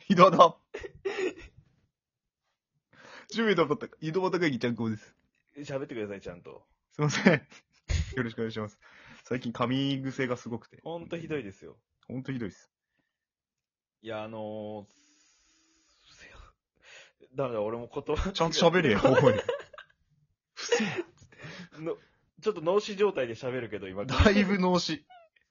井戸端。準備とった井戸端会議ちゃんこです。 喋ってください、ちゃんと。 すいません。よろしくお願いします。最近噛み癖がすごくて。 ほんとひどいですよ。 ほんとひどいです。 いや、だから俺も言葉。 ちゃんと喋れよ、おい。ふせえ。 のちょっと脳死状態で喋るけど、今。 だいぶ脳死。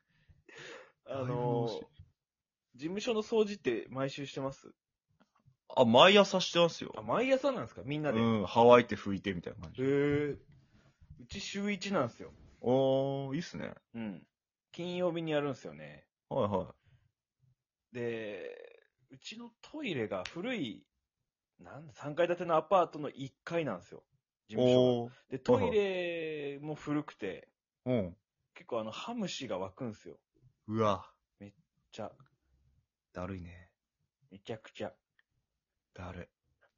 事務所の掃除って毎週してます？ あ、毎朝してますよ。 あ、毎朝なんですか？みんなで。 うん、乾いて拭いてみたいな感じ。 うち週1なんですよ。 おー、いいっすね。 うん。金曜日にやるんですよね。 はいはで、うちのトイレが古い、3階建てのアパートの1階なんですよ。 い。 事務所おー。 が。で、トイレも古くて、 うん。 結構ハムシが湧くんですよ。 うわ。 じゃ、 だるいね。 めちゃくちゃ。 だる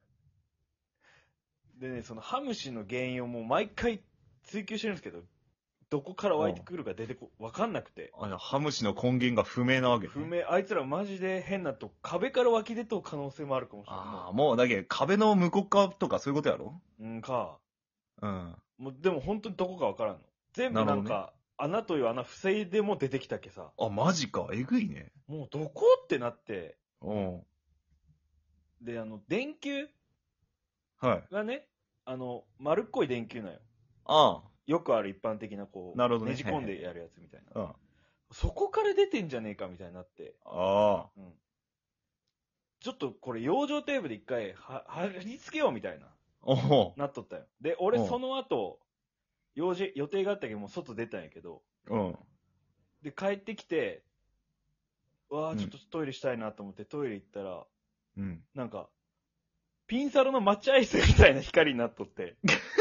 でね、そのハムシの原因をもう毎回追求してるんですけど、どこから湧いてくるかわかんなくて。 い。ハムシの根源が不明なわけね。 不明、あいつらマジで変なと、壁から湧き出とう可能性もあるかもしれない。 ああ、もうだけど壁の向こう側とかそういうことやろ？ うんか。 うん。 もうでも本当にどこかわからんの。全部なんか、穴という穴防いでも出てきたけさ。 あ、マジか。えぐいね。 もうどこってなって、 うん。 で、電球はい。 がね、丸っこい電球なんよ。 あよくある一般的ななるほどねねじ込んでやるやつみたいな。 あ。うん。あそこから出てんじゃねえかみたいになって。 あ。 うん。ちょっとこれ養生テープで一回貼り付けようみたいな。 おお。 なっとったよ。で、俺うんその後、予定があったけどもう外出たんやけど、 うん。 で、帰ってきて、 うんちょっとトイレしたいなと思ってトイレ行ったら、 うん。 なんか、ピンサロのマッチアイスみたいな光になっとって。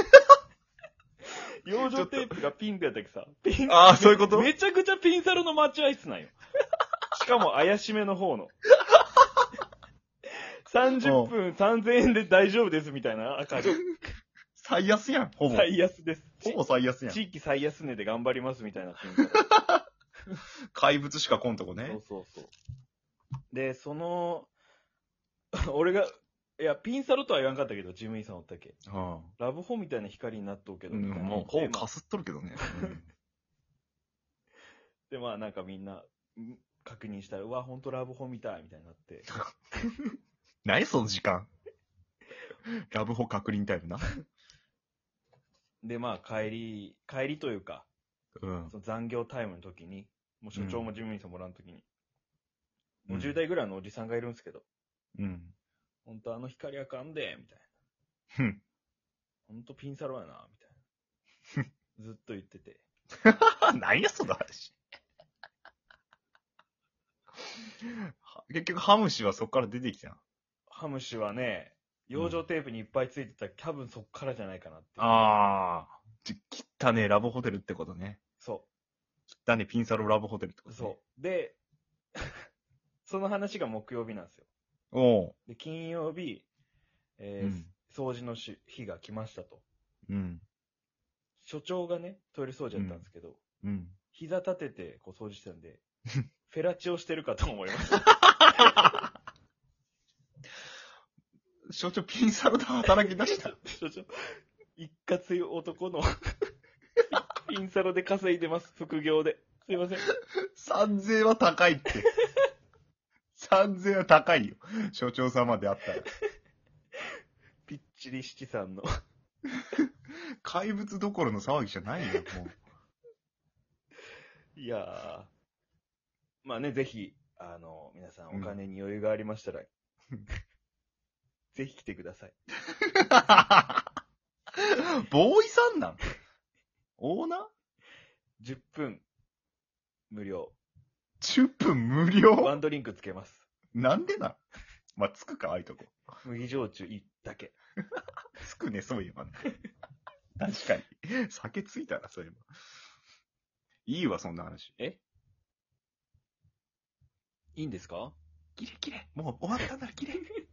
養生テープがピンクやったけどさ、 ああ、そういうことめちゃくちゃピンサロのマッチアイスなんよ。しかも怪しめの方の。30分3000円で大丈夫ですみたいな明るい。 最安やん、ほぼ。 最安です。 ほぼ最安やん。 地域最安値で頑張りますみたいなピンサロ。 怪物しか来んとこね。 そうそうそう。で、俺が、いや、ピンサロとは言わんかったけど、事務員さんおったっけ。 はあ。 ラブホみたいな光になっとうけど、みたいな。 もう、ほぼかすっとるけどね。 で、まあなんかみんな、確認したら、うわ、ほんとラブホみたい、みたいになって。 何その時間。ラブホ確認タイムな。 で、まあ帰りというか、 うん。 その残業タイムの時に、もう所長も事務員さんもらう時に、 うん 50代ぐらいのおじさんがいるんですけど、 うん。 ほんと光あかんで、みたいな。 ふん。 ほんとピンサロやな、みたいな。ずっと言ってて。 何やその話。結局ハムシはそこから出てきたん。 ハムシはね、養生テープにいっぱいついてたら、多分そっからじゃないかなって。 ああ。切ったね、ラブホテルってことね。 そ切ったね、ピンサロラブホテルってこう。 とね。 そう。で、その話が木曜日なんですよ。 おう。 で、金曜日、掃除の日が来ましたと。 うん。 所長がね、トイレ掃除やったんですけど、 うん。 膝立ててこう掃除してたんで、フェラチオしてるかと思います。 所長、ピンサロで働き出した。 所長、一括男のピンサロで稼いでます、副業で。すいません。 3000円は高いって。3000円は高いよ。所長様であったら。 ぴっちり七さんの。 怪物どころの騒ぎじゃないよ、もう。 いやー。まあね、ぜひ、皆さんお金に余裕がありましたら、ぜひ来てください。 ボーイさんなんオーナー ?10 分無料。 ?10 分無ワ料ンドリンクつけます。 なんでなんまあ、つくか、ああいうとこ。 麦焼酎1だけ。 つくね、そういえばね。確かに。酒ついたら、そういえば。いいわ、そんな話。 いいんですか？ キレキレ。もう終わったんだらキレ。